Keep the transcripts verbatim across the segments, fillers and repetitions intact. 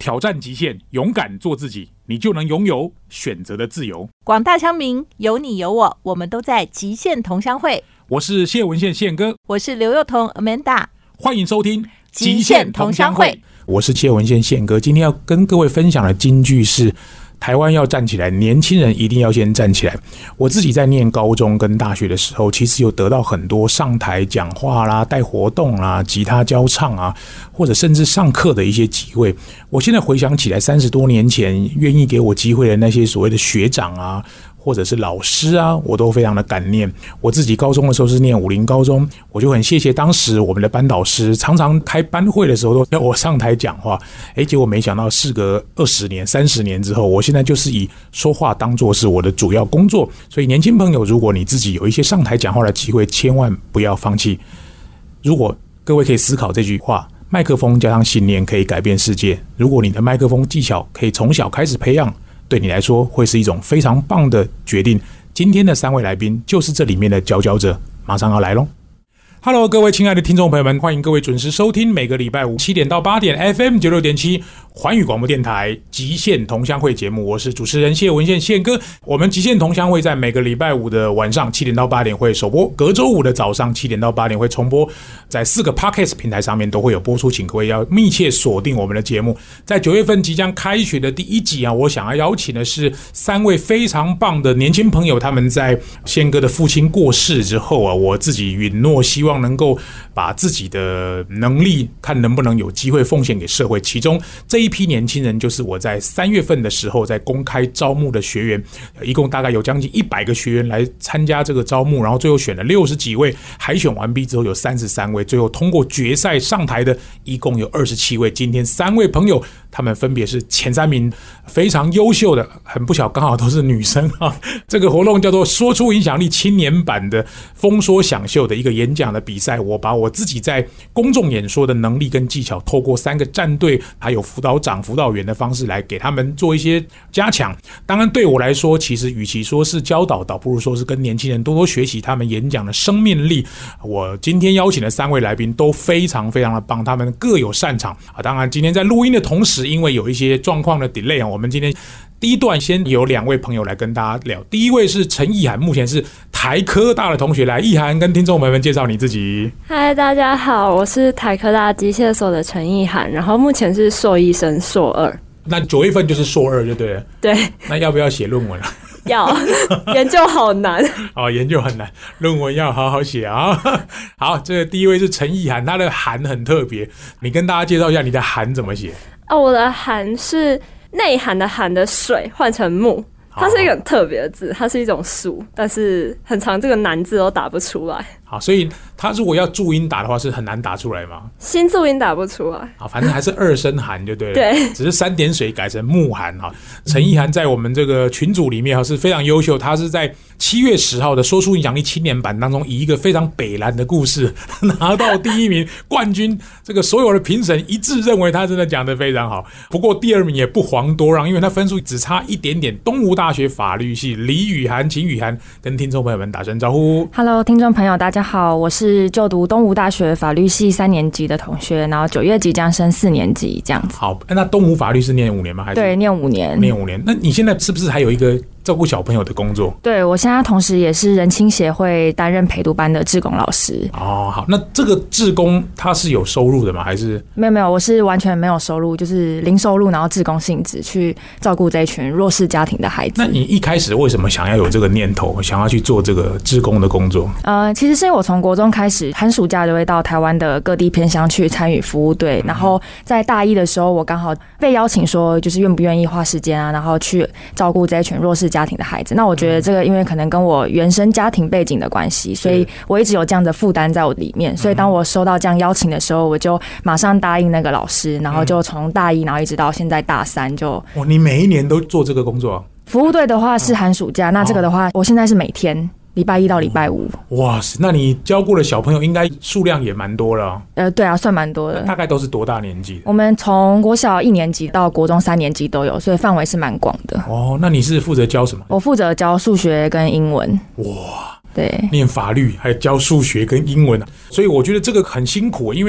挑战极限，勇敢做自己，你就能拥有选择的自由。 广大乡民，有你有我，我们都在极限同乡会。 我是谢文宪宪哥， 我是刘幼彤 Amanda， 欢迎收听极限同乡会。 我是谢文宪宪哥，今天要跟各位分享的金句是：台湾要站起来，年轻人一定要先站起来。我自己在念高中跟大学的时候，其实有得到很多上台讲话啦、带活动啦、吉他教唱啊，或者甚至上课的一些机会。我现在回想起来，三十多年前愿意给我机会的那些所谓的学长啊，或者是老师啊，我都非常的感念。我自己高中的时候是念武林高中，我就很谢谢当时我们的班导师，常常开班会的时候都要我上台讲话。诶，结果没想到事隔二十年、三十年之后，我现在就是以说话当作是我的主要工作。所以年轻朋友，如果你自己有一些上台讲话的机会，千万不要放弃。如果各位可以思考这句话，麦克风加上信念可以改变世界。如果你的麦克风技巧可以从小开始培养，对你来说会是一种非常棒的决定。今天的三位来宾就是这里面的佼佼者，马上要来咯。Hello， 各位亲爱的听众朋友们，欢迎各位准时收听每个礼拜五七点到八点 F M 九十六点七环宇广播电台极限同乡会节目，我是主持人谢文宪宪哥。我们极限同乡会在每个礼拜五的晚上七点到八点会首播，隔周五的早上七点到八点会重播，在四个 Podcast 平台上面都会有播出，请各位要密切锁定我们的节目。在九月份即将开学的第一集啊，我想要邀请的是三位非常棒的年轻朋友，他们在宪哥的父亲过世之后啊，我自己允诺希望能够把自己的能力看能不能有机会奉献给社会。其中这一批年轻人就是我在三月份的时候在公开招募的学员，一共大概有将近一百个学员来参加这个招募，然后最后选了六十几位，海选完毕之后有三十三位，最后通过决赛上台的一共有二十七位。今天三位朋友他们分别是前三名，非常优秀的，很不巧刚好都是女生啊。这个活动叫做说出影响力青年版的风说享秀的一个演讲的比赛，我把我自己在公众演说的能力跟技巧，透过三个战队还有辅导长、辅导员的方式来给他们做一些加强。当然对我来说，其实与其说是教导，倒不如说是跟年轻人多多学习他们演讲的生命力。我今天邀请的三位来宾都非常非常的棒，他们各有擅长啊。当然今天在录音的同时，因为有一些状况的 delay 啊，我们今天第一段先有两位朋友来跟大家聊。第一位是陈意涵，目前是台科大的同学。来，意涵跟听众朋友们介绍你自己。 嗨，大家好，我是台科大机械所的陈意涵，然后目前是硕一生硕二。 那九月份就是硕二就对了。 对。 那要不要写论文啊？ 要，研究好难哦，研究很难，论文要好好写啊。好，这个第一位是陈意涵，他的涵很特别，你跟大家介绍一下你的涵怎么写？ 哦，我的涵是内涵的涵的水换成木，它是一个很特别的字，它是一种树，但是很常这个难字都打不出来。 好，所以他如果要注音打的话，是很难打出来吗？ 新注音打不出来。 好，反正还是二声涵就对了。 对， 只是三点水改成木涵哈。陈意涵在我们这个群组里面是非常优秀，他是在七月十号的说出影响力青年版当中，以一个非常北蓝的故事拿到第一名冠军。这个所有的评审一致认为他真的讲得非常好。不过第二名也不遑多让，因为他分数只差一点点。东吴大学法律系李雨涵，请雨涵跟听众朋友们打声招呼。 Hello， 听众朋友大家好，我是就读东吴大学法律系三年级的同学，然后九月即将升四年级这样子。 好，那东吴法律是念五年吗？还是？ 对，念五年。 念五年。那你现在是不是还有一个照顾小朋友的工作？ 对，我现在同时也是人青协会担任陪读班的志工老师。 哦，好，那这个志工他是有收入的吗？还是？ 没有没有，我是完全没有收入，就是零收入，然后志工性质去照顾这一群弱势家庭的孩子。 那你一开始为什么想要有这个念头，想要去做这个志工的工作？ 呃，其实是因为我从国中开始，寒暑假就会到台湾的各地偏乡去参与服务队，然后在大一的时候，我刚好被邀请说，就是愿不愿意花时间啊，然后去照顾这一群弱势家庭的孩子。那我觉得这个因为可能跟我原生家庭背景的关系，所以我一直有这样的负担在我里面。所以当我收到这样邀请的时候，我就马上答应那个老师，然后就从大一，然后一直到现在大三就。 哦，你每一年都做这个工作？ 服务队的话是寒暑假，那这个的话，我现在是每天。礼拜一到礼拜五。 哇塞，那你教过的小朋友应该数量也蛮多了。 呃，对啊，算蛮多的。 大概都是多大年纪？ 我们从国小一年级到国中三年级都有，所以范围是蛮广的。 哦，那你是负责教什么？ 我负责教数学跟英文。 哇。 对， 念法律还教数学跟英文，所以我觉得这个很辛苦，因为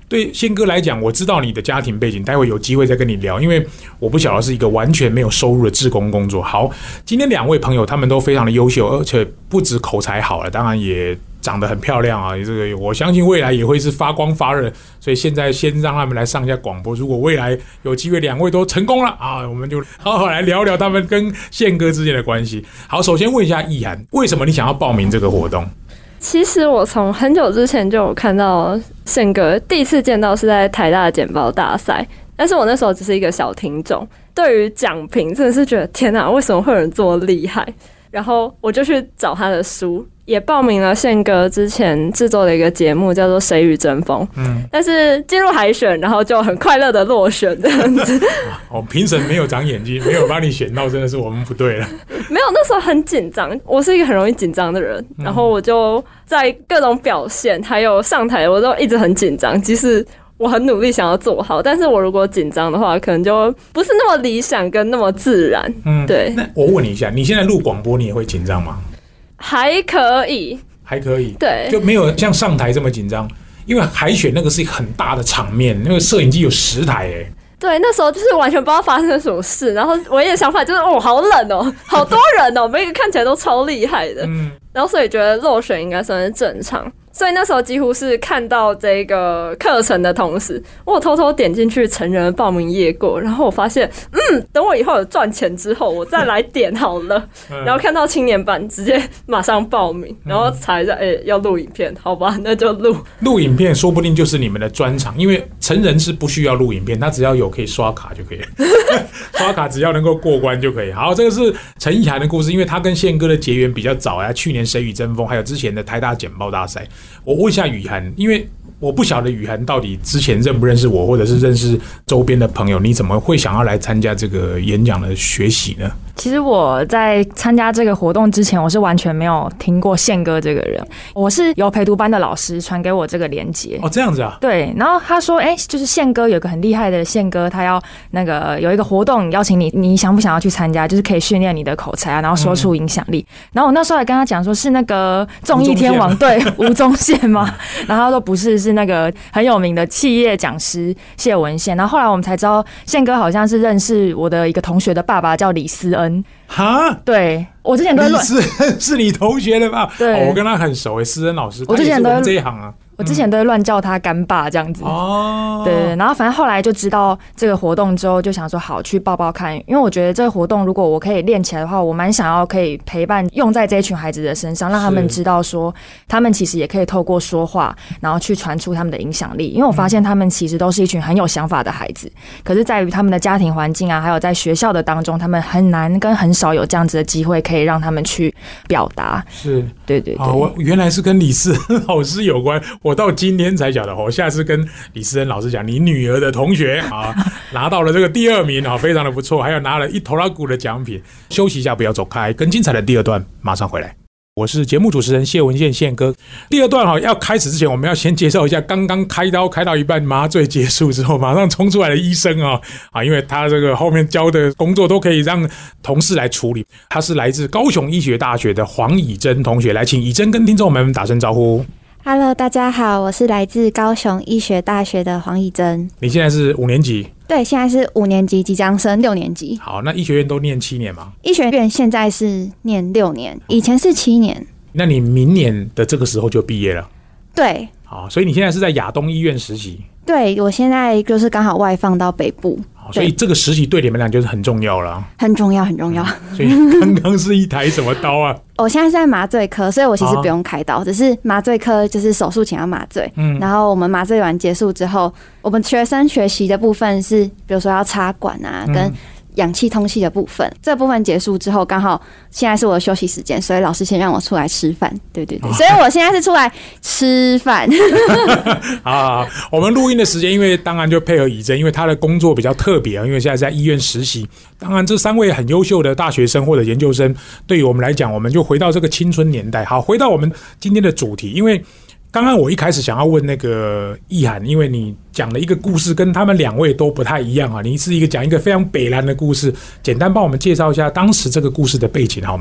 对宪哥来讲，我知道你的家庭背景，待会有机会再跟你聊，因为我不晓得是一个完全没有收入的志工工作。好，今天两位朋友他们都非常的优秀，而且不止口才好了，当然也长得很漂亮啊，这个我相信未来也会是发光发热，所以现在先让他们来上一下广播。如果未来有机会两位都成功了啊，我们就好好来聊聊他们跟宪哥之间的关系。好，首先问一下易涵，为什么你想要报名这个活动？ 其实我从很久之前就有看到宪哥，第一次见到是在台大的简报大赛，但是我那时候只是一个小听众，对于讲评真的是觉得天哪，为什么会有人这么厉害？然后我就去找他的书，也报名了宪哥之前制作的一个节目叫做《谁与争锋》，嗯，但是进入海选，然后就很快乐的落选这样子。 哦，评审没有长眼睛，没有把你选到，真的是我们不对了。 没有，那时候很紧张，我是一个很容易紧张的人，然后我就在各种表现还有上台，我都一直很紧张，即使我很努力想要做好，但是我如果紧张的话，可能就不是那么理想跟那么自然。嗯，对。 那我问你一下，你现在录广播，你也会紧张吗？ 还可以， 还可以， 对， 就没有像上台这么紧张。因为海选那个是一个很大的场面，那个摄影机有十台哎、欸。 对，那时候就是完全不知道发生了什么事，然后唯一的想法就是哦，好冷哦，好多人哦，每个看起来都超厉害的，嗯，然后所以觉得落选应该算是正常。所以那时候几乎是看到这个课程的同时，我偷偷点进去成人的报名页过，然后我发现，嗯，等我以后有赚钱之后，我再来点好了。然后看到青年班，直接马上报名，然后查一下，哎、欸，要录影片，好吧，那就录。 录影片说不定就是你们的专长，因为成人是不需要录影片，他只要有可以刷卡就可以了，刷卡只要能够过关就可以。好，这个是陈意涵的故事，因为他跟宪哥的结缘比较早啊，去年谁与争锋，还有之前的台大简报大赛。我问一下雨涵，因为我不晓得雨涵到底之前认不认识我，或者是认识周边的朋友，你怎么会想要来参加这个演讲的学习呢？ 其实我在参加这个活动之前，我是完全没有听过宪哥这个人。我是由陪读班的老师传给我这个连结。 哦，这样子啊？ 对，然后他说，哎、欸，就是宪哥有个很厉害的宪哥，他要那个有一个活动邀请你，你想不想要去参加？就是可以训练你的口才啊，然后说出影响力。嗯、然后我那时候还跟他讲说，是那个综艺天王对吴宗宪吗？然后他说不是，是那个很有名的企业讲师谢文宪。然后后来我们才知道，宪哥好像是认识我的一个同学的爸爸，叫李思恩。 哈， 对，我之前都会乱， 是是你同学的吧？ 对、 哦，我跟他很熟诶，思恩老师， 我之前都他也是我们这一行啊。 我之前都会乱叫他干爸这样子哦，对，然后反正后来就知道这个活动之后，就想说好去报报看，因为我觉得这个活动如果我可以练起来的话，我蛮想要可以陪伴用在这一群孩子的身上，让他们知道说他们其实也可以透过说话，然后去传出他们的影响力。因为我发现他们其实都是一群很有想法的孩子，可是在于他们的家庭环境啊，还有在学校的当中，他们很难跟很少有这样子的机会可以让他们去表达。 是， 对对对， 啊，我原来是跟李思恩老师有关，我到今天才晓得。我下次跟李思恩老师讲，你女儿的同学啊，拿到了这个第二名啊，非常的不错，还有拿了一头拉骨的奖品。休息一下，不要走开，更精彩的第二段马上回来。我是节目主持人谢文宪宪哥。第二段哈要开始之前，我们要先介绍一下刚刚开刀开到一半麻醉结束之后马上冲出来的医生啊啊，因为他这个后面教的工作都可以让同事来处理。他是来自高雄医学大学的黄以真同学，来请以真跟听众们打声招呼。 Hello， 大家好，我是来自高雄医学大学的黄以真。 你现在是五年级？ 对，现在是五年级，即将升六年级。 好，那医学院都念七年吗？ 医学院现在是念六年，以前是七年。 那你明年的这个时候就毕业了？ 对。 好，所以你现在是在亚东医院实习？ 对，我现在就是刚好外放到北部。 所以这个实习对你们俩就是很重要了， 很重要，很重要。 所以刚刚是一台什么刀啊？ 我现在是在麻醉科，所以我其实不用开刀，哦、只是麻醉科就是手术前要麻醉。嗯，然后我们麻醉完结束之后，我们学生学习的部分是，比如说要插管啊，跟、嗯。氧气通气的部分，这部分结束之后，刚好现在是我的休息时间，所以老师先让我出来吃饭。对对对，所以我现在是出来吃饭。 啊，我们录音的时间，因为当然就配合以真，因为他的工作比较特别啊，因为现在在医院实习。当然，这三位很优秀的大学生或者研究生，对于我们来讲，我们就回到这个青春年代。好，回到我们今天的主题，因为。刚刚我一开始想要问那个意涵，因为你讲了一个故事跟他们两位都不太一样啊，你是一个讲一个非常北蓝的故事，简单帮我们介绍一下当时这个故事的背景好吗？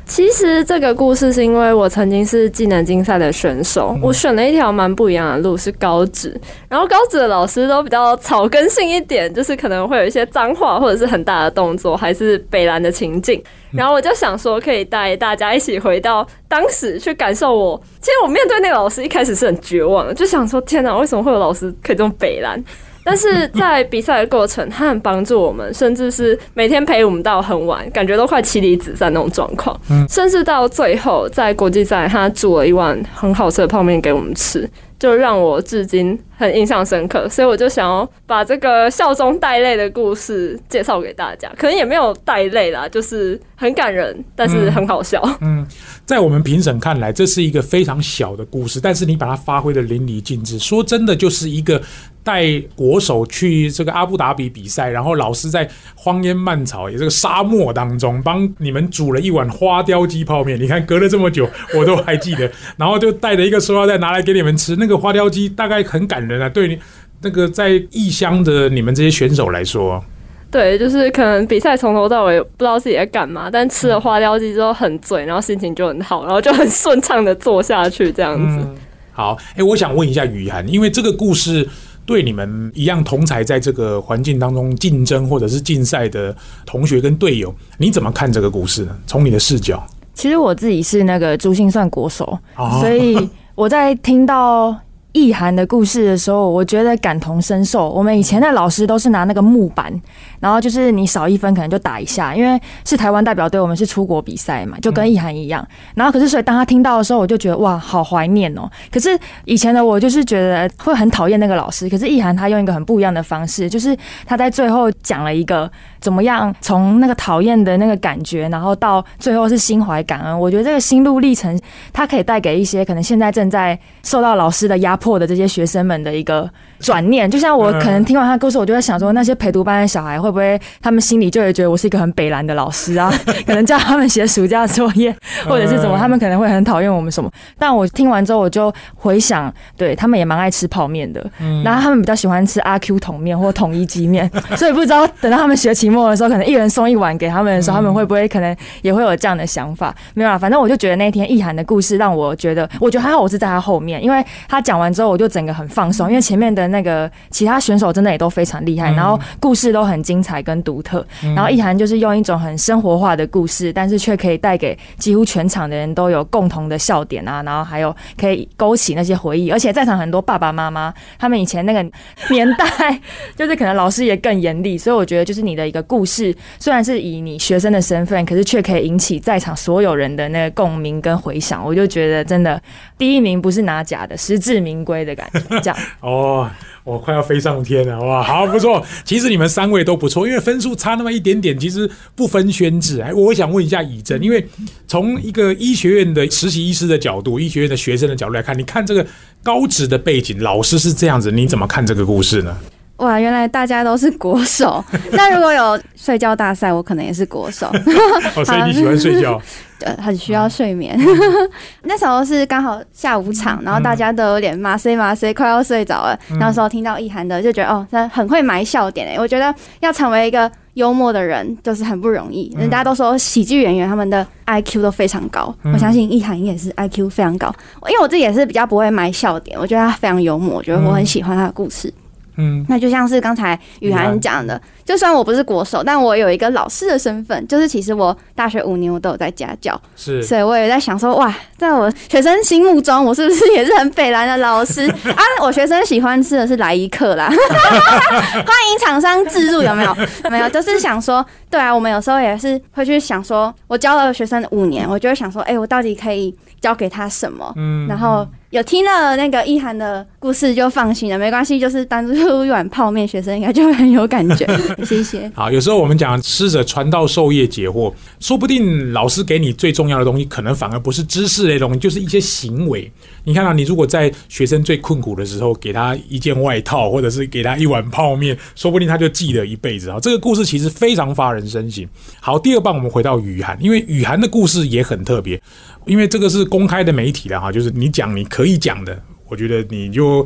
其实这个故事是因为我曾经是技能竞赛的选手，嗯、我选了一条蛮不一样的路，是高职。然后高职的老师都比较草根性一点，就是可能会有一些脏话或者是很大的动作，还是北蓝的情境。然后我就想说，可以带大家一起回到当时去感受我。其实我面对那个老师一开始是很绝望的，就想说天哪，为什么会有老师可以这么北蓝？但是在比赛的过程，他很帮助我们，甚至是每天陪我们到很晚，感觉都快妻离子散那种状况。嗯，甚至到最后在国际赛，他煮了一碗很好吃的泡面给我们吃，就让我至今很印象深刻。所以我就想要把这个笑中带泪的故事介绍给大家，可能也没有带泪啦，就是很感人，但是很好笑。 嗯，嗯在我们评审看来，这是一个非常小的故事，但是你把它发挥的淋漓尽致。说真的，就是一个带国手去这个阿布达比比赛，然后老师在荒烟蔓草也这个沙漠当中帮你们煮了一碗花雕鸡泡面，你看隔了这么久我都还记得，然后就带着一个塑料袋拿来给你们吃，那个花雕鸡大概很感人啊，对你那个在异乡的你们这些选手来说。 对，就是可能比赛从头到尾不知道自己在干嘛，但吃了花雕鸡之后很醉，然后心情就很好，然后就很顺畅的做下去这样子。嗯、 好，哎，我想问一下雨涵，因为这个故事对你们一样同才在这个环境当中竞争或者是竞赛的同学跟队友，你怎么看这个故事呢？从你的视角。 其实我自己是那个珠心算国手， 哦、 所以我在听到意涵的故事的时候，我觉得感同身受。我们以前的老师都是拿那个木板，然后就是你少一分可能就打一下，因为是台湾代表队，我们是出国比赛嘛，就跟意涵一样。然后可是所以当他听到的时候，我就觉得哇，好怀念哦。可是以前的我就是觉得会很讨厌那个老师，可是意涵他用一个很不一样的方式，就是他在最后讲了一个怎么样从那个讨厌的那个感觉，然后到最后是心怀感恩。我觉得这个心路历程，它可以带给一些可能现在正在受到老师的压迫的这些学生们的一个转念。就像我可能听完他的故事，我就在想说，那些陪读班的小孩会不会他们心里就会觉得我是一个很北蓝的老师啊？可能叫他们写暑假作业，或者是怎么，他们可能会很讨厌我们什么。但我听完之后，我就回想，对他们也蛮爱吃泡面的，然后他们比较喜欢吃阿 Q 桶面或统一鸡面，所以不知道等到他们学期末的时候，可能一人送一碗给他们的时候，他们会不会可能也会有这样的想法？没有啦，反正我就觉得那天意涵的故事让我觉得，我觉得还好我是在他后面，因为他讲完之后，我就整个很放松，因为前面的那个其他选手真的也都非常厉害，然后故事都很精彩跟独特，然后意涵就是用一种很生活化的故事，但是却可以带给几乎全场的人都有共同的笑点啊，然后还有可以勾起那些回忆，而且在场很多爸爸妈妈，他们以前那个年代，就是可能老师也更严厉，所以我觉得就是你的一个故事，虽然是以你学生的身份，可是却可以引起在场所有人的那个共鸣跟回响，我就觉得真的第一名不是拿假的，实至名归的感觉，这样。 哦，我快要飞上天了，哇，好不错。其实你们三位都不错，因为分数差那么一点点，其实不分轩轾。哎，我想问一下以真，因为从一个医学院的实习医师的角度，医学院的学生的角度来看，你看这个高职的背景，老师是这样子，你怎么看这个故事呢？ 哇，原来大家都是国手。那如果有睡觉大赛，我可能也是国手。 哦，所以你喜欢睡觉？ 对，很需要睡眠。那时候是刚好下午场，然后大家都有点麻塞麻塞，快要睡着了。嗯、那时候听到意涵的，就觉得哦，他很会埋笑点诶。我觉得要成为一个幽默的人，就是很不容易。人家都说喜剧演员他们的 I Q 都非常高，嗯、我相信意涵也是 I Q 非常高。因为我自己也是比较不会埋笑点，我觉得他非常幽默，我觉得我很喜欢他的故事。嗯，那就像是刚才雨涵讲的，就算我不是国手，但我有一个老师的身份，就是其实我大学五年我都有在家教，是，所以我也在想说，哇，在我学生心目中，我是不是也是很北蓝的老师啊？我学生喜欢吃的是来一客啦，欢迎厂商置入，有没有？没有，就是想说，对啊，我们有时候也是会去想说，我教了学生五年，我就会想说，哎、欸，我到底可以教给他什么？嗯，然后。有听了那个意涵的故事就放心了，没关系，就是单出一碗泡面，学生应该就会很有感觉。谢谢。 好，有时候我们讲师者传道授业解惑，说不定老师给你最重要的东西，可能反而不是知识类的东西，就是一些行为。你看到、啊，你如果在学生最困苦的时候，给他一件外套，或者是给他一碗泡面，说不定他就记得一辈子。这个故事其实非常发人深省。好，第二棒我们回到雨涵，因为雨涵的故事也很特别。因为这个是公开的媒体了哈，就是你讲你可以讲的，我觉得你就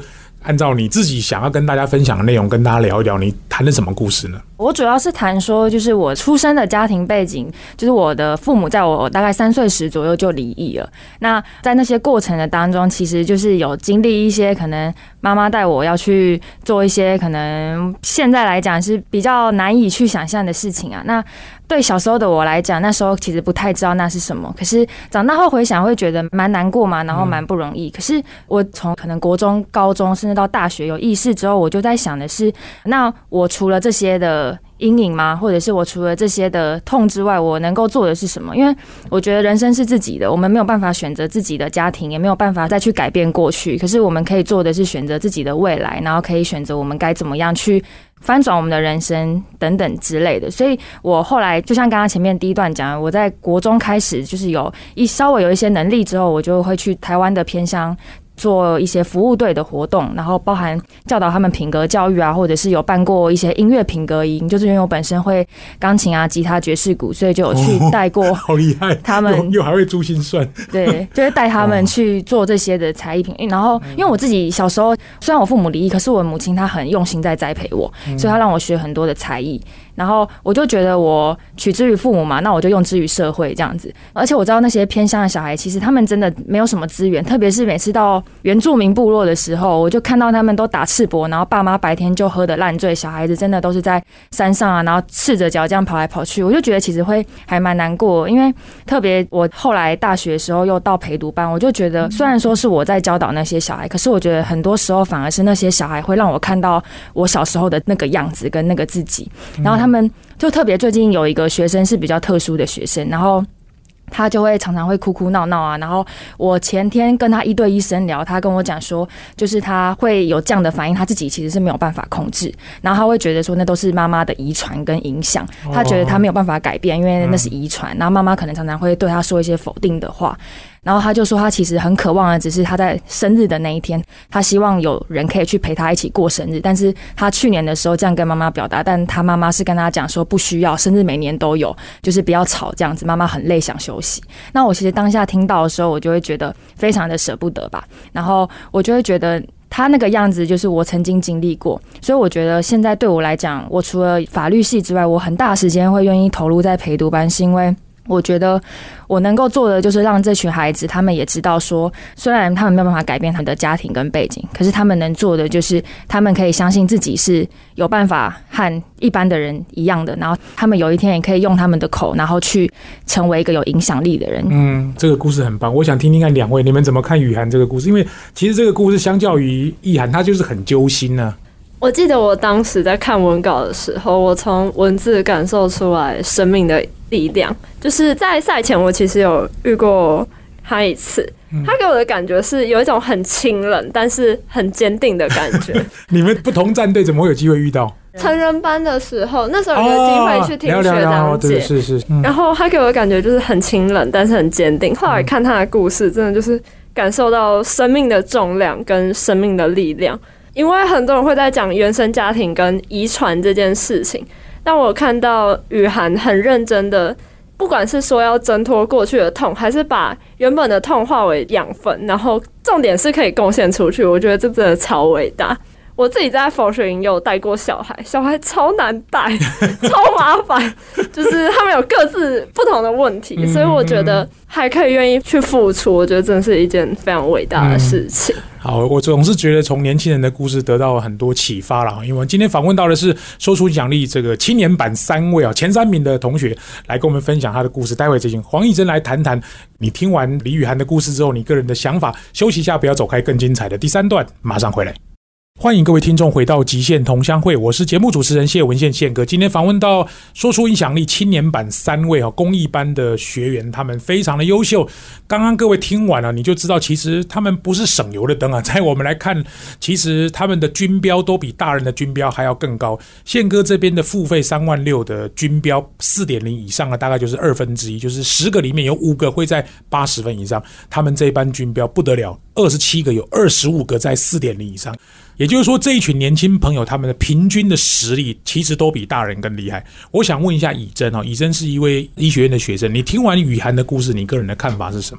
按照你自己想要跟大家分享的内容跟大家聊一聊，你谈的什么故事呢？ 我主要是谈说，就是我出生的家庭背景，就是我的父母在我大概三岁时左右就离异了。那在那些过程的当中，其实就是有经历一些可能妈妈带我要去做一些可能现在来讲是比较难以去想象的事情啊。那对小时候的我来讲，那时候其实不太知道那是什么，可是长大后回想会觉得蛮难过嘛，然后蛮不容易。可是我从可能国中、高中甚至到大学有意识之后，我就在想的是，那我除了这些的阴影吗？或者是我除了这些的痛之外，我能够做的是什么？因为我觉得人生是自己的，我们没有办法选择自己的家庭，也没有办法再去改变过去。可是我们可以做的是选择自己的未来，然后可以选择我们该怎么样去翻转我们的人生等等之类的。所以我后来就像刚刚前面第一段讲，我在国中开始就是有一稍微有一些能力之后，我就会去台湾的偏乡做一些服务队的活动，然后包含教导他们品格教育啊，或者是有办过一些音乐品格营，就是因为我本身会钢琴啊、吉他、爵士鼓，所以就有去带过、哦， 好厉害！ 他们又还会珠心算， 对，就是带他们去做这些的才艺品。然后因为我自己小时候虽然我父母离异，可是我母亲她很用心在栽培我，所以她让我学很多的才艺。然后我就觉得我取之于父母嘛，那我就用之于社会这样子。而且我知道那些偏乡的小孩，其实他们真的没有什么资源，特别是每次到原住民部落的时候，我就看到他们都打赤膊，然后爸妈白天就喝得烂醉，小孩子真的都是在山上啊，然后赤着脚这样跑来跑去。我就觉得其实会还蛮难过，因为特别我后来大学的时候又到陪读班，我就觉得虽然说是我在教导那些小孩，可是我觉得很多时候反而是那些小孩会让我看到我小时候的那个样子跟那个自己，然后他们就特别最近有一个学生是比较特殊的学生，然后他就会常常会哭哭闹闹啊，然后我前天跟他一对一深聊，他跟我讲说，就是他会有这样的反应，他自己其实是没有办法控制，然后他会觉得说那都是妈妈的遗传跟影响，他觉得他没有办法改变，因为那是遗传，然后妈妈可能常常会对他说一些否定的话。然后他就说，他其实很渴望的只是他在生日的那一天，他希望有人可以去陪他一起过生日。但是他去年的时候这样跟妈妈表达，但他妈妈是跟他讲说不需要，生日每年都有，就是不要吵这样子，妈妈很累想休息。那我其实当下听到的时候，我就会觉得非常的舍不得吧，然后我就会觉得他那个样子就是我曾经经历过，所以我觉得现在对我来讲，我除了法律系之外，我很大时间会愿意投入在陪读班，是因为我觉得我能够做的就是让这群孩子他们也知道说，虽然他们没有办法改变他们的家庭跟背景，可是他们能做的就是他们可以相信自己是有办法和一般的人一样的，然后他们有一天也可以用他们的口，然后去成为一个有影响力的人。 嗯，这个故事很棒，我想听听看两位你们怎么看雨涵这个故事，因为其实这个故事相较于意涵，它就是很揪心啊。 我记得我当时在看文稿的时候，我从文字感受出来生命的力量。就是在赛前，我其实有遇过他一次，他给我的感觉是有一种很清冷，但是很坚定的感觉。 你们不同战队怎么会有机会遇到？ 成人班的时候，那时候有个机会去听学长姐， 是是。 然后他给我的感觉就是很清冷，但是很坚定。后来看他的故事，真的就是感受到生命的重量跟生命的力量。因为很多人会在讲原生家庭跟遗传这件事情，但我看到雨涵很认真的，不管是说要挣脱过去的痛，还是把原本的痛化为养分，然后重点是可以贡献出去，我觉得这真的超伟大。我自己在佛学营有带过小孩，小孩超难带，超麻烦，就是他们有各自不同的问题，所以我觉得还可以愿意去付出，我觉得真的是一件非常伟大的事情。嗯， 好，我总是觉得从年轻人的故事得到很多启发啦，因为我们今天访问到的是说出影响力这个青年版三位啊前三名的同学来跟我们分享他的故事。待会再请黄义珍来谈谈你听完李雨涵的故事之后，你个人的想法。休息一下，不要走开，更精彩的第三段马上回来。欢迎各位听众回到极限同乡会，我是节目主持人谢文宪宪哥。今天访问到说出影响力青年版三位公益班的学员，他们非常的优秀。刚刚各位听完了，你就知道其实他们不是省油的灯啊，在我们来看，其实他们的军标都比大人的军标还要更高。宪哥这边的付费三万六的军标 四点零 以上的大概就是二分之一，就是十个里面有五个会在八十分以上。他们这一班军标不得了，二十七个有二十五个在 四点零 以上。也就是说，这一群年轻朋友他们的平均的实力其实都比大人更厉害。我想问一下以真，以真是一位医学院的学生，你听完雨涵的故事，你个人的看法是什么？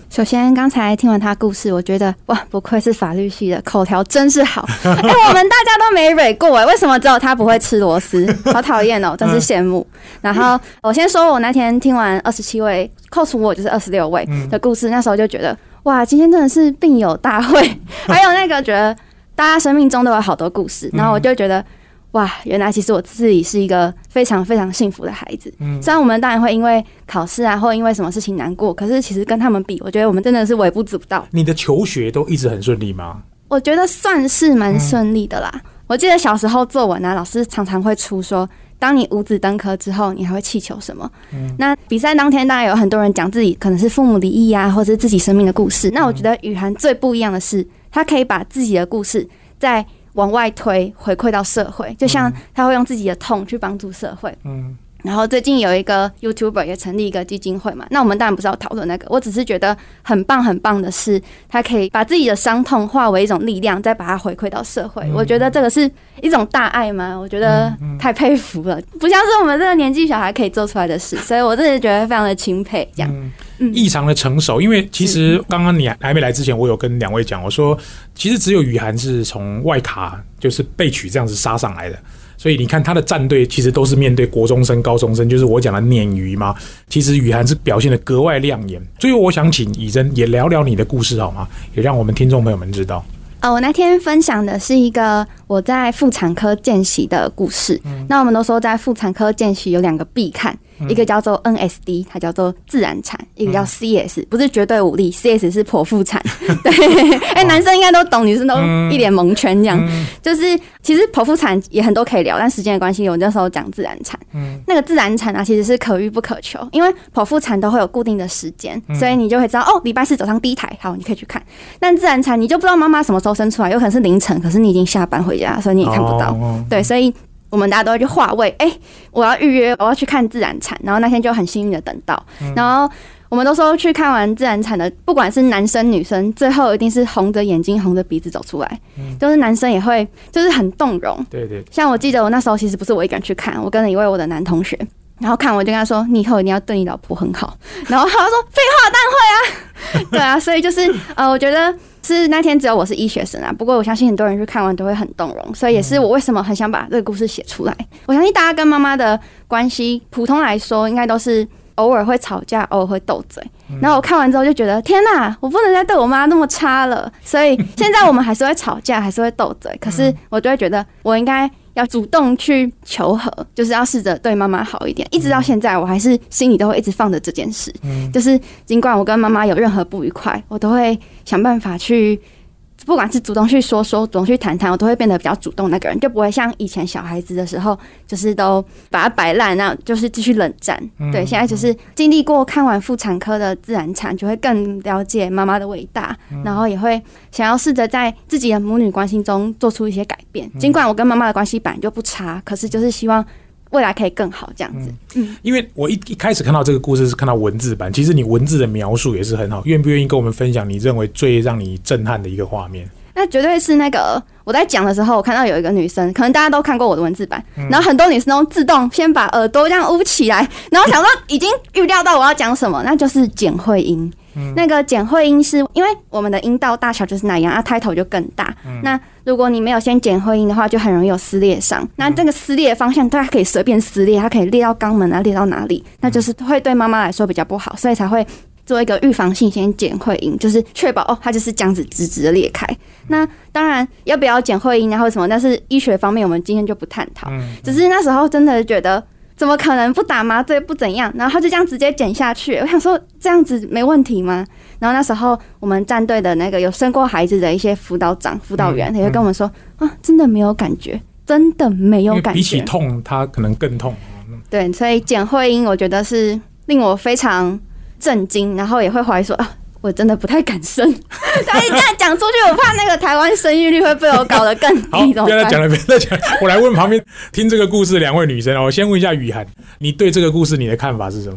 首先，刚才听完他故事，我觉得哇，不愧是法律系的，口条真是好。哎、欸，我们大家都没蕊过哎，为什么只有他不会吃螺丝？好讨厌哦，真是羡慕。然后我先说，我那天听完二十七位，扣除我就是二十六位的故事，那时候就觉得哇，今天真的是病友大会。还有那个觉得大家生命中都有好多故事，然后我就觉得。哇，原来其实我自己是一个非常非常幸福的孩子。嗯，虽然我们当然会因为考试啊，或因为什么事情难过，可是其实跟他们比，我觉得我们真的是微不足道。 你的求学都一直很顺利吗？ 我觉得算是蛮顺利的啦。嗯、我记得小时候作文啊，老师常常会出说，当你五子登科之后，你还会祈求什么？嗯、那比赛当天，当然有很多人讲自己可能是父母离异啊，或者是自己生命的故事。那我觉得雨涵最不一样的是，他可以把自己的故事在往外推，回馈到社会，就像他会用自己的痛去帮助社会。嗯，然后最近有一个 YouTuber 也成立一个基金会嘛，那我们当然不是要讨论那个，我只是觉得很棒很棒的是，他可以把自己的伤痛化为一种力量，再把它回馈到社会。嗯、我觉得这个是一种大爱嘛，我觉得太佩服了，不像是我们这个年纪小孩可以做出来的事，所以我真的觉得非常的钦佩。这样。嗯异常的成熟，因为其实刚刚你还没来之前，我有跟两位讲，我说其实只有雨涵是从外卡就是备取这样子杀上来的，所以你看他的战队其实都是面对国中生、高中生，就是我讲的鲶鱼嘛。其实雨涵是表现得格外亮眼。最后，我想请以真也聊聊你的故事好吗？也让我们听众朋友们知道。 呃，我那天分享的是一个我在妇产科见习的故事。嗯、那我们都说在妇产科见习有两个必看。一个叫做 N S D， 它叫做自然产；一个叫 C S， 不是绝对武力 ，C S 是剖腹产。对，哎、欸，男生应该都懂，女生都一脸蒙圈这样。嗯、就是其实剖腹产也很多可以聊，但时间的关系，我那时候讲自然产。嗯、那个自然产啊，其实是可遇不可求，因为剖腹产都会有固定的时间，所以你就会知道哦，礼拜四早上第一台，好，你可以去看。但自然产你就不知道妈妈什么时候生出来，有可能是凌晨，可是你已经下班回家，所以你也看不到。哦、对，所以。我们大家都会去划位，哎、欸，我要预约，我要去看自然产，然后那天就很幸运的等到，嗯、然后我们都说去看完自然产的，不管是男生女生，最后一定是红着眼睛、红着鼻子走出来，嗯、就是男生也会，就是很动容。对 对, 对，像我记得我那时候其实不是我一个人去看，我跟了一位我的男同学，然后看我就跟他说，你以后一定要对你老婆很好，然后他说废话，当然会啊，对啊，所以就是呃，我觉得。是那天只有我是医学生啊，不过我相信很多人去看完都会很动容，所以也是我为什么很想把这个故事写出来。我相信大家跟妈妈的关系，普通来说应该都是偶尔会吵架，偶尔会斗嘴。然后我看完之后就觉得，天哪，我不能再对我妈那么差了。所以现在我们还是会吵架，还是会斗嘴，可是我就会觉得我应该要主动去求和，就是要试着对妈妈好一点。一直到现在，我还是心里都会一直放着这件事。嗯、就是尽管我跟妈妈有任何不愉快，我都会想办法去，不管是主动去说说，主动去谈谈，我都会变得比较主动那个人，就不会像以前小孩子的时候，就是都把它摆烂，那就是继续冷战。嗯、对，现在就是经历过看完妇产科的自然产，就会更了解妈妈的伟大，嗯、然后也会想要试着在自己的母女关系中做出一些改变。尽管我跟妈妈的关系本来就不差，可是就是希望未来可以更好这样子。嗯， 因为我一一开始看到这个故事是看到文字版，其实你文字的描述也是很好，愿不愿意跟我们分享你认为最让你震撼的一个画面？ 那绝对是那个我在讲的时候，我看到有一个女生，可能大家都看过我的文字版，嗯、然后很多女生都自动先把耳朵这样捂起来，然后想说已经预料到我要讲什么，那就是简会阴。嗯、那个简会阴是因为我们的阴道大小就是那样，啊，胎头就更大。嗯、那如果你没有先简会阴的话，就很容易有撕裂伤。那这个撕裂的方向，它可以随便撕裂，它可以裂到肛门啊，裂到哪里，那就是会对妈妈来说比较不好，所以才会做一个预防性先剪会阴，就是确保哦，它就是这样子直直的裂开。那当然要不要剪会阴啊或什么，但是医学方面我们今天就不探讨。嗯、只是那时候真的觉得。怎么可能不打麻醉不怎样？然后他就这样直接剪下去。我想说这样子没问题吗？然后那时候我们战队的那个有生过孩子的一些辅导长、辅导员，也会跟我们说啊，真的没有感觉，真的没有感觉。 比起痛，他可能更痛。 对，所以简会阴我觉得是令我非常震惊，然后也会怀疑说啊。我真的不太敢生，但是这样讲出去，我怕那个台湾生育率会被我搞得更低。 好，不要再讲了，不要再讲。我来问旁边听这个故事的两位女生，我先问一下雨涵，你对这个故事你的看法是什么？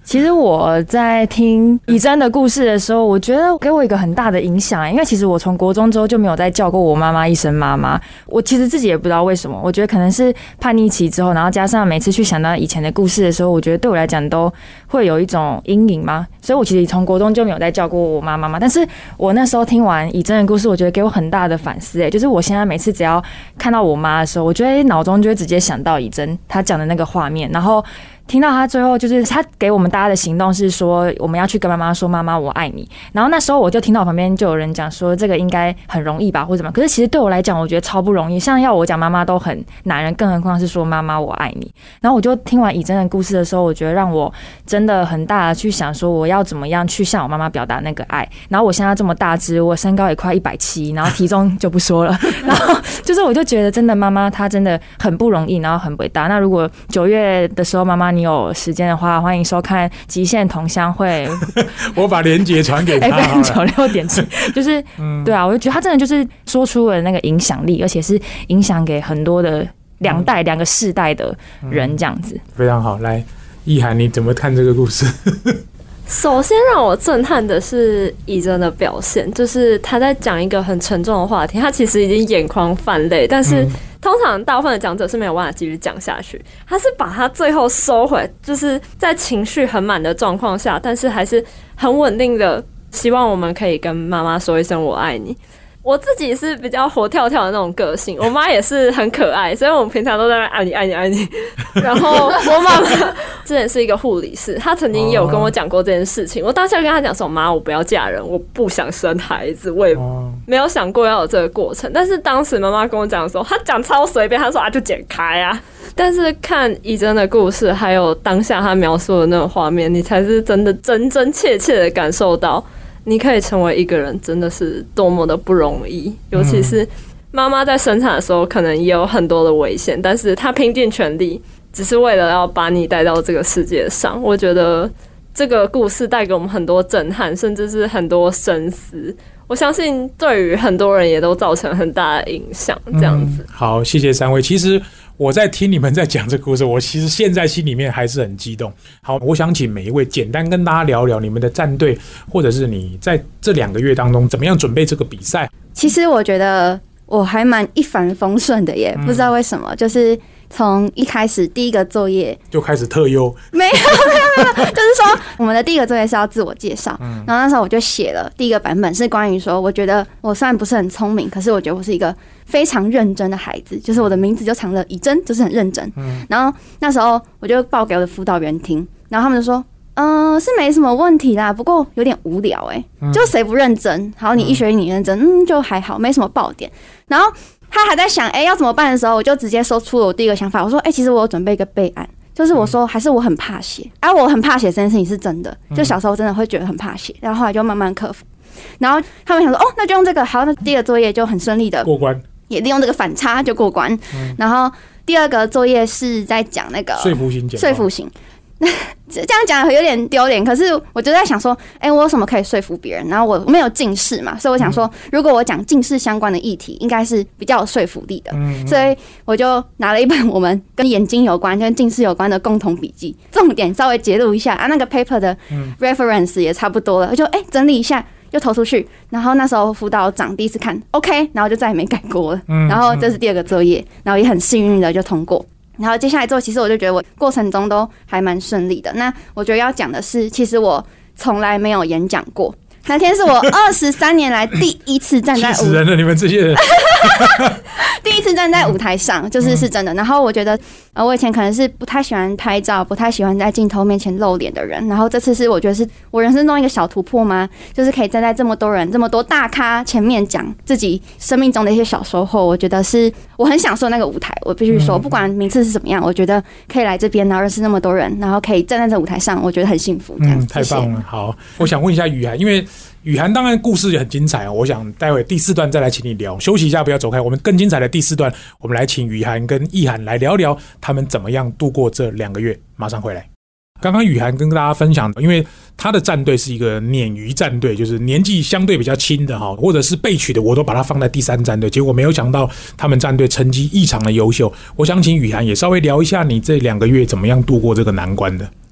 其实我在听以真的故事的时候，我觉得给我一个很大的影响，因为其实我从国中之后就没有再叫过我妈妈一声妈妈。我其实自己也不知道为什么，我觉得可能是叛逆期之后，然后加上每次去想到以前的故事的时候，我觉得对我来讲都会有一种阴影嘛，所以我其实从国中就没有再叫过我妈妈妈。但是我那时候听完以真的故事，我觉得给我很大的反思、欸，就是我现在每次只要看到我妈的时候，我觉得脑中就会直接想到以真她讲的那个画面，然后听到他最后就是他给我们大家的行动是说我们要去跟妈妈说妈妈我爱你，然后那时候我就听到旁边就有人讲说这个应该很容易吧或者什么，可是其实对我来讲我觉得超不容易，像要我讲妈妈都很难人，更何况是说妈妈我爱你。然后我就听完以真的故事的时候，我觉得让我真的很大的去想说我要怎么样去向我妈妈表达那个爱。然后我现在这么大只，我身高也快一百七，然后体重就不说了然后就是我就觉得真的妈妈她真的很不容易，然后很伟大。那如果九月的时候妈妈你有时间的话，欢迎收看极限同乡会我把连结传给他 F M 九六点七，就是、嗯、对啊，我就觉得他真的就是说出了那个影响力，而且是影响给很多的两代两、嗯、个世代的人这样子、嗯、 非常好。来，意涵你怎么看这个故事？ 首先让我震撼的是以真的表现，就是他在讲一个很沉重的话题，他其实已经眼眶泛泪，但是、嗯通常大部分的讲者是没有办法继续讲下去，他是把他最后收回，就是在情绪很满的状况下，但是还是很稳定的希望我们可以跟妈妈说一声我爱你。我自己是比较活跳跳的那种个性，我妈也是很可爱，所以我们平常都在那爱你爱你爱你。然后我妈妈之前是一个护理师，她曾经也有跟我讲过这件事情。我当下跟她讲说：“妈，我不要嫁人，我不想生孩子。”我也没有想过要有这个过程。但是当时妈妈跟我讲的时候，她讲超随便，她说：“啊，就剪开啊。”但是看以真的故事，还有当下她描述的那个画面，你才是真的真真切切的感受到。你可以成为一个人真的是多么的不容易，尤其是妈妈在生产的时候可能也有很多的危险，但是她拼尽全力只是为了要把你带到这个世界上。我觉得这个故事带给我们很多震撼，甚至是很多深思，我相信对于很多人也都造成很大的影响这样子、嗯、 好，谢谢三位。其实我在听你们在讲这个故事，我其实现在心里面还是很激动。好，我想请每一位简单跟大家聊聊你们的战队，或者是你在这两个月当中怎么样准备这个比赛。 其实我觉得我还蛮一帆风顺的耶、嗯、不知道为什么，就是从一开始第一个作业就开始特优， 没有没有没有，就是说我们的第一个作业是要自我介绍、嗯，然后那时候我就写了第一个版本是关于说，我觉得我虽然不是很聪明，可是我觉得我是一个非常认真的孩子，就是我的名字就藏了以真，就是很认真、嗯。然后那时候我就报给我的辅导员听，然后他们就说，嗯、呃，是没什么问题啦，不过有点无聊哎、欸，就谁不认真？好，你一学期你认真，嗯，就还好，没什么爆点。然后他还在想，哎、欸，要怎么办的时候，我就直接说出了我第一个想法，我说，哎、欸，其实我有准备一个备案，就是我说，还是我很怕写，啊，我很怕写这件事情是真的，就小时候真的会觉得很怕写，然后后来就慢慢克服。然后他们想说，哦，那就用这个，好，那第一个作业就很顺利的过关， 也利用这个反差就过关。嗯、然后第二个作业是在讲那个说服型简报， 说服型。这样讲有点丢脸，可是我就在想说，哎、欸，我有什么可以说服别人？然后我没有近视嘛，所以我想说，如果我讲近视相关的议题，应该是比较有说服力的。嗯、所以我就拿了一本我们跟眼睛有关、跟近视有关的共同笔记，重点稍微揭露一下啊，那个 paper 的 reference 也差不多了，我就哎、欸、整理一下。就投出去，然后那时候辅导长第一次看 OK， 然后就再也没改过了。然后这是第二个作业，然后也很幸运的就通过。然后接下来之后，其实我就觉得我过程中都还蛮顺利的。那我觉得要讲的是，其实我从来没有演讲过。那天是我二十三年来第一次站在舞，气死人了！你们这些人， 第一次站在舞台上，就是是真的。然后我觉得，呃，我以前可能是不太喜欢拍照，不太喜欢在镜头面前露脸的人。然后这次是我觉得是我人生中一个小突破吗？就是可以站在这么多人、这么多大咖前面讲自己生命中的一些小收获。我觉得是我很享受那个舞台。我必须说，不管名次是怎么样，我觉得可以来这边，然后认识那么多人，然后可以站在这舞台上，我觉得很幸福。这样， 嗯，太棒了。好，我想问一下雨涵，因为雨涵当然故事也很精彩哦，我想待会第四段再来请你聊。休息一下，不要走开。我们更精彩的第四段，我们来请雨涵跟意涵来聊聊他们怎么样度过这两个月。马上回来。刚刚雨涵跟大家分享，因为他的战队是一个鲶鱼战队，就是年纪相对比较轻的哈，或者是备取的，我都把它放在第三战队。结果没有想到他们战队成绩异常的优秀。我想请雨涵也稍微聊一下你这两个月怎么样度过这个难关的。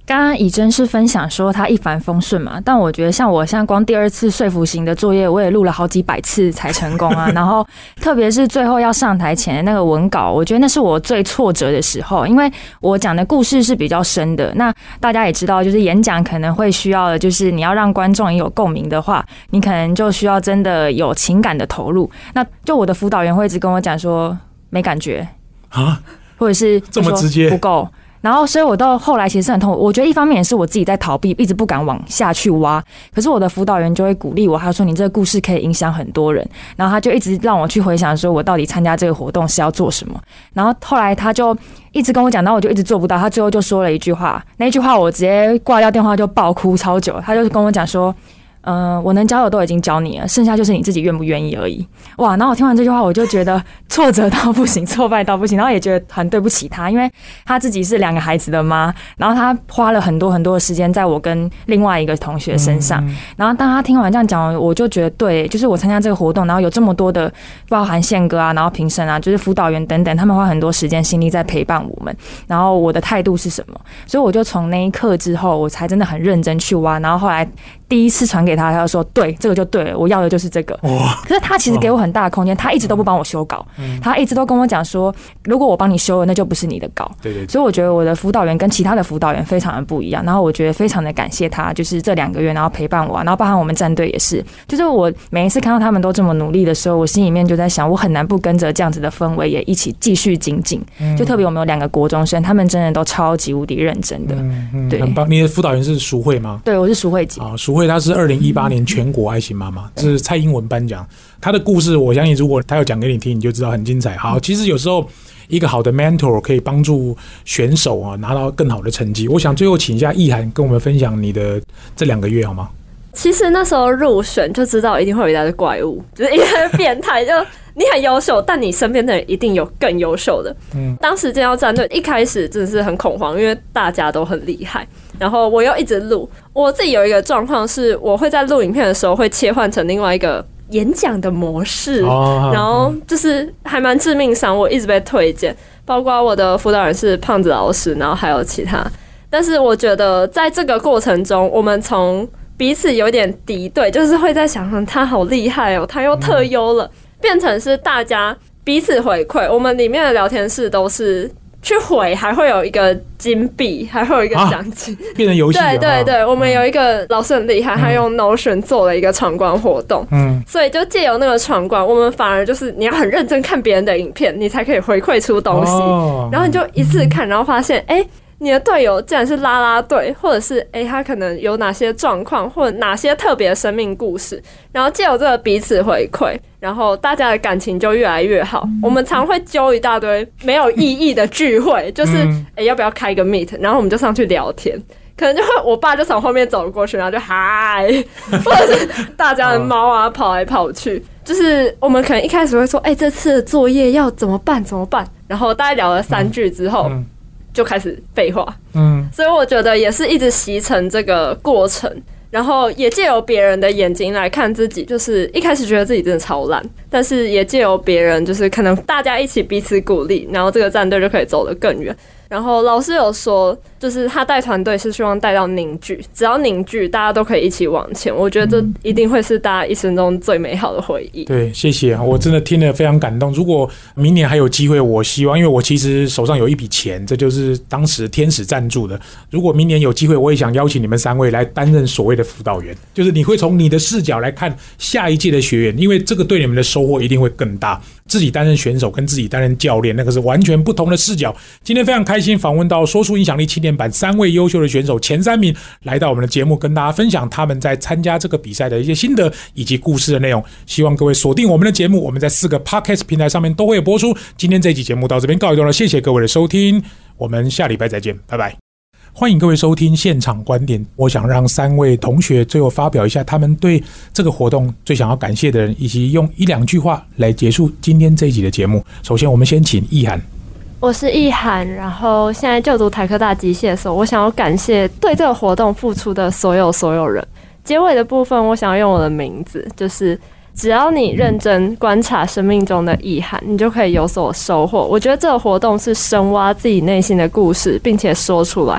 刚刚以真是分享说他一帆风顺嘛，但我觉得像我像光第二次说服型的作业，我也录了好几百次才成功啊。然后特别是最后要上台前的那个文稿，我觉得那是我最挫折的时候，因为我讲的故事是比较深的。那大家也知道，就是演讲可能会需要的，就是你要让观众也有共鸣的话，你可能就需要真的有情感的投入。那就我的辅导员会一直跟我讲说没感觉啊， 或者是这么直接不够。然后，所以我到后来其实很痛苦。我觉得一方面也是我自己在逃避，一直不敢往下去挖。可是我的辅导员就会鼓励我，他说：“你这个故事可以影响很多人。”然后他就一直让我去回想，说我到底参加这个活动是要做什么。然后后来他就一直跟我讲，然后我就一直做不到。他最后就说了一句话，那一句话我直接挂掉电话就爆哭超久。他就跟我讲说：“嗯、呃，我能教的都已经教你了，剩下就是你自己愿不愿意而已。”哇！然后我听完这句话，我就觉得挫折到不行，挫败到不行，然后也觉得很对不起他，因为他自己是两个孩子的妈，然后他花了很多很多的时间在我跟另外一个同学身上。嗯、然后当他听完这样讲，我就觉得对，就是我参加这个活动，然后有这么多的包含宪哥啊，然后评审啊，就是辅导员等等，他们花很多时间心力在陪伴我们。然后我的态度是什么？所以我就从那一刻之后，我才真的很认真去挖。然后后来第一次传给他，他就说：“对，这个就对了，我要的就是这个。”可是他其实给我很大的空间，他一直都不帮我修稿，嗯、他一直都跟我讲说，如果我帮你修了，那就不是你的稿。 对对对。 所以我觉得我的辅导员跟其他的辅导员非常的不一样，然后我觉得非常的感谢他，就是这两个月，然后陪伴我、啊，然后包含我们战队也是，就是我每一次看到他们都这么努力的时候，我心里面就在想，我很难不跟着这样子的氛围也一起继续精进。嗯、就特别我们有两个国中生，他们真的都超级无敌认真的， 嗯嗯、 对， 很棒。你的辅导员是淑慧吗？ 对，我是淑慧姐啊，淑慧她是二零一八年全国爱心妈妈，这是蔡英文颁奖。她的故事，我相信如果她有讲给你听，你就知道很精彩。好，其实有时候一个好的 mentor 可以帮助选手啊拿到更好的成绩。我想最后请一下意涵跟我们分享你的这两个月好吗？ 其实那时候入选就知道一定会有一大堆怪物，就是一堆变态，就你很优秀，但你身边的人一定有更优秀的。嗯，当时建教战队一开始真的是很恐慌，因为大家都很厉害，然后我又一直录。我自己有一个状况是，我会在录影片的时候会切换成另外一个演讲的模式，哦、然后就是还蛮致命伤，我一直被推荐，包括我的辅导人是胖子老师，然后还有其他。但是我觉得在这个过程中，我们从彼此有点敌对，就是会在想他好厉害哦，他又特优了，嗯、变成是大家彼此回馈。我们里面的聊天室都是去回，还会有一个金币，还会有一个奖金，啊，变成游戏。对对对，我们有一个老师很厉害，嗯、他用 Notion 做了一个闯关活动，嗯，所以就借由那个闯关，我们反而就是你要很认真看别人的影片，你才可以回馈出东西，哦，然后你就一次看，然后发现哎。欸你的队友竟然是啦啦队，或者是哎、欸，他可能有哪些状况，或者哪些特别的生命故事，然后藉由这个彼此回馈，然后大家的感情就越来越好。我们常会揪一大堆没有意义的聚会，就是哎、欸，要不要开一个 meet， 然后我们就上去聊天，可能就会我爸就从后面走过去，然后就嗨，或者是大家的猫啊跑来跑去。就是我们可能一开始会说，哎、欸，这次的作业要怎么办？怎么办？然后大概聊了三句之后。嗯嗯就开始废话，嗯，所以我觉得也是一直习成这个过程，然后也借由别人的眼睛来看自己，就是一开始觉得自己真的超烂，但是也借由别人，就是可能大家一起彼此鼓励，然后这个战队就可以走得更远。然后老师有说，就是他带团队是希望带到凝聚，只要凝聚，大家都可以一起往前。我觉得这一定会是大家一生中最美好的回忆。 对，谢谢，我真的听得非常感动。如果明年还有机会，我希望，因为我其实手上有一笔钱，这就是当时天使赞助的。如果明年有机会，我也想邀请你们三位来担任所谓的辅导员，就是你会从你的视角来看下一届的学员，因为这个对你们的收获一定会更大。自己担任选手跟自己担任教练，那个是完全不同的视角。今天非常开心访问到说出影响力青年版三位优秀的选手前三名来到我们的节目，跟大家分享他们在参加这个比赛的一些心得以及故事的内容。希望各位锁定我们的节目，我们在四个 Podcast 平台上面都会有播出。今天这一集节目到这边告一段落，谢谢各位的收听，我们下礼拜再见，拜拜。欢迎各位收听现场观点，我想让三位同学最后发表一下他们对这个活动最想要感谢的人，以及用一两句话来结束今天这一集的节目。首先我们先请意涵。 我是意涵，然后现在就读台科大机械所，我想要感谢对这个活动付出的所有所有人。结尾的部分我想要用我的名字，就是只要你认真观察生命中的意涵，你就可以有所收获。我觉得这个活动是深挖自己内心的故事并且说出来，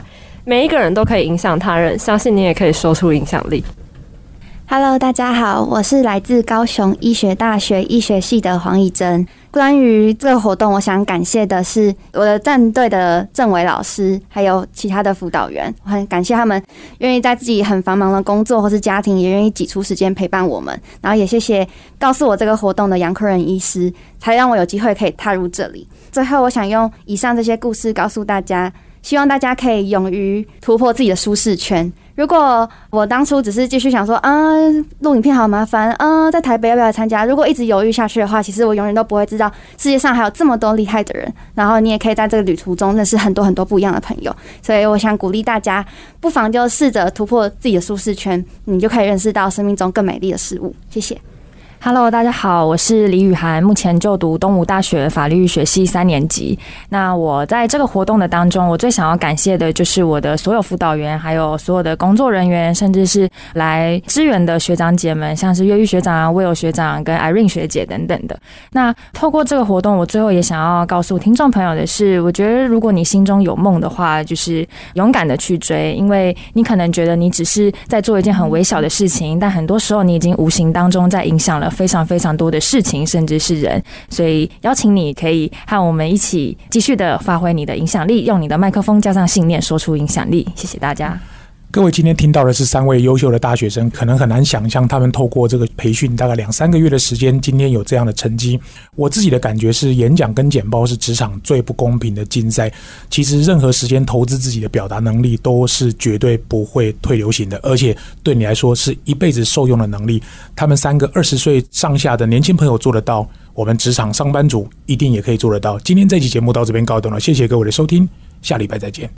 每一个人都可以影响他人，相信你也可以说出影响力。 Hello， 大家好，我是来自高雄医学大学医学系的黄以真。关于这个活动，我想感谢的是我的战队的政委老师，还有其他的辅导员。我很感谢他们愿意在自己很繁忙的工作或是家庭，也愿意挤出时间陪伴我们。然后也谢谢告诉我这个活动的杨科仁医师，才让我有机会可以踏入这里。最后，我想用以上这些故事告诉大家，希望大家可以勇于突破自己的舒适圈。如果我当初只是继续想说，啊，录影片好麻烦，啊，在台北要不要来参加？如果一直犹豫下去的话，其实我永远都不会知道世界上还有这么多厉害的人。然后你也可以在这个旅途中认识很多很多不一样的朋友。所以我想鼓励大家，不妨就试着突破自己的舒适圈，你就可以认识到生命中更美丽的事物。谢谢。 Hello， 大家好，我是李雨涵，目前就读东吴大学法律学系三年级。那我在这个活动的当中，我最想要感谢的就是我的所有辅导员，还有所有的工作人员，甚至是来支援的学长姐们，像是越狱学长啊、Will 学长跟 Irene 学姐等等的。那透过这个活动，我最后也想要告诉听众朋友的是，我觉得如果你心中有梦的话，就是勇敢的去追，因为你可能觉得你只是在做一件很微小的事情，但很多时候你已经无形当中在影响了非常非常多的事情，甚至是人。所以邀请你可以和我们一起继续的发挥你的影响力，用你的麦克风加上信念说出影响力。谢谢大家。 各位今天听到的是三位优秀的大学生，可能很难想象他们透过这个培训大概两三个月的时间，今天有这样的成绩。我自己的感觉是，演讲跟简报是职场最不公平的竞赛。其实任何时间投资自己的表达能力都是绝对不会退流行的，而且对你来说是一辈子受用的能力。他们三个二十岁上下的年轻朋友做得到，我们职场上班族一定也可以做得到。今天这期节目到这边告一段落，谢谢各位的收听，下礼拜再见。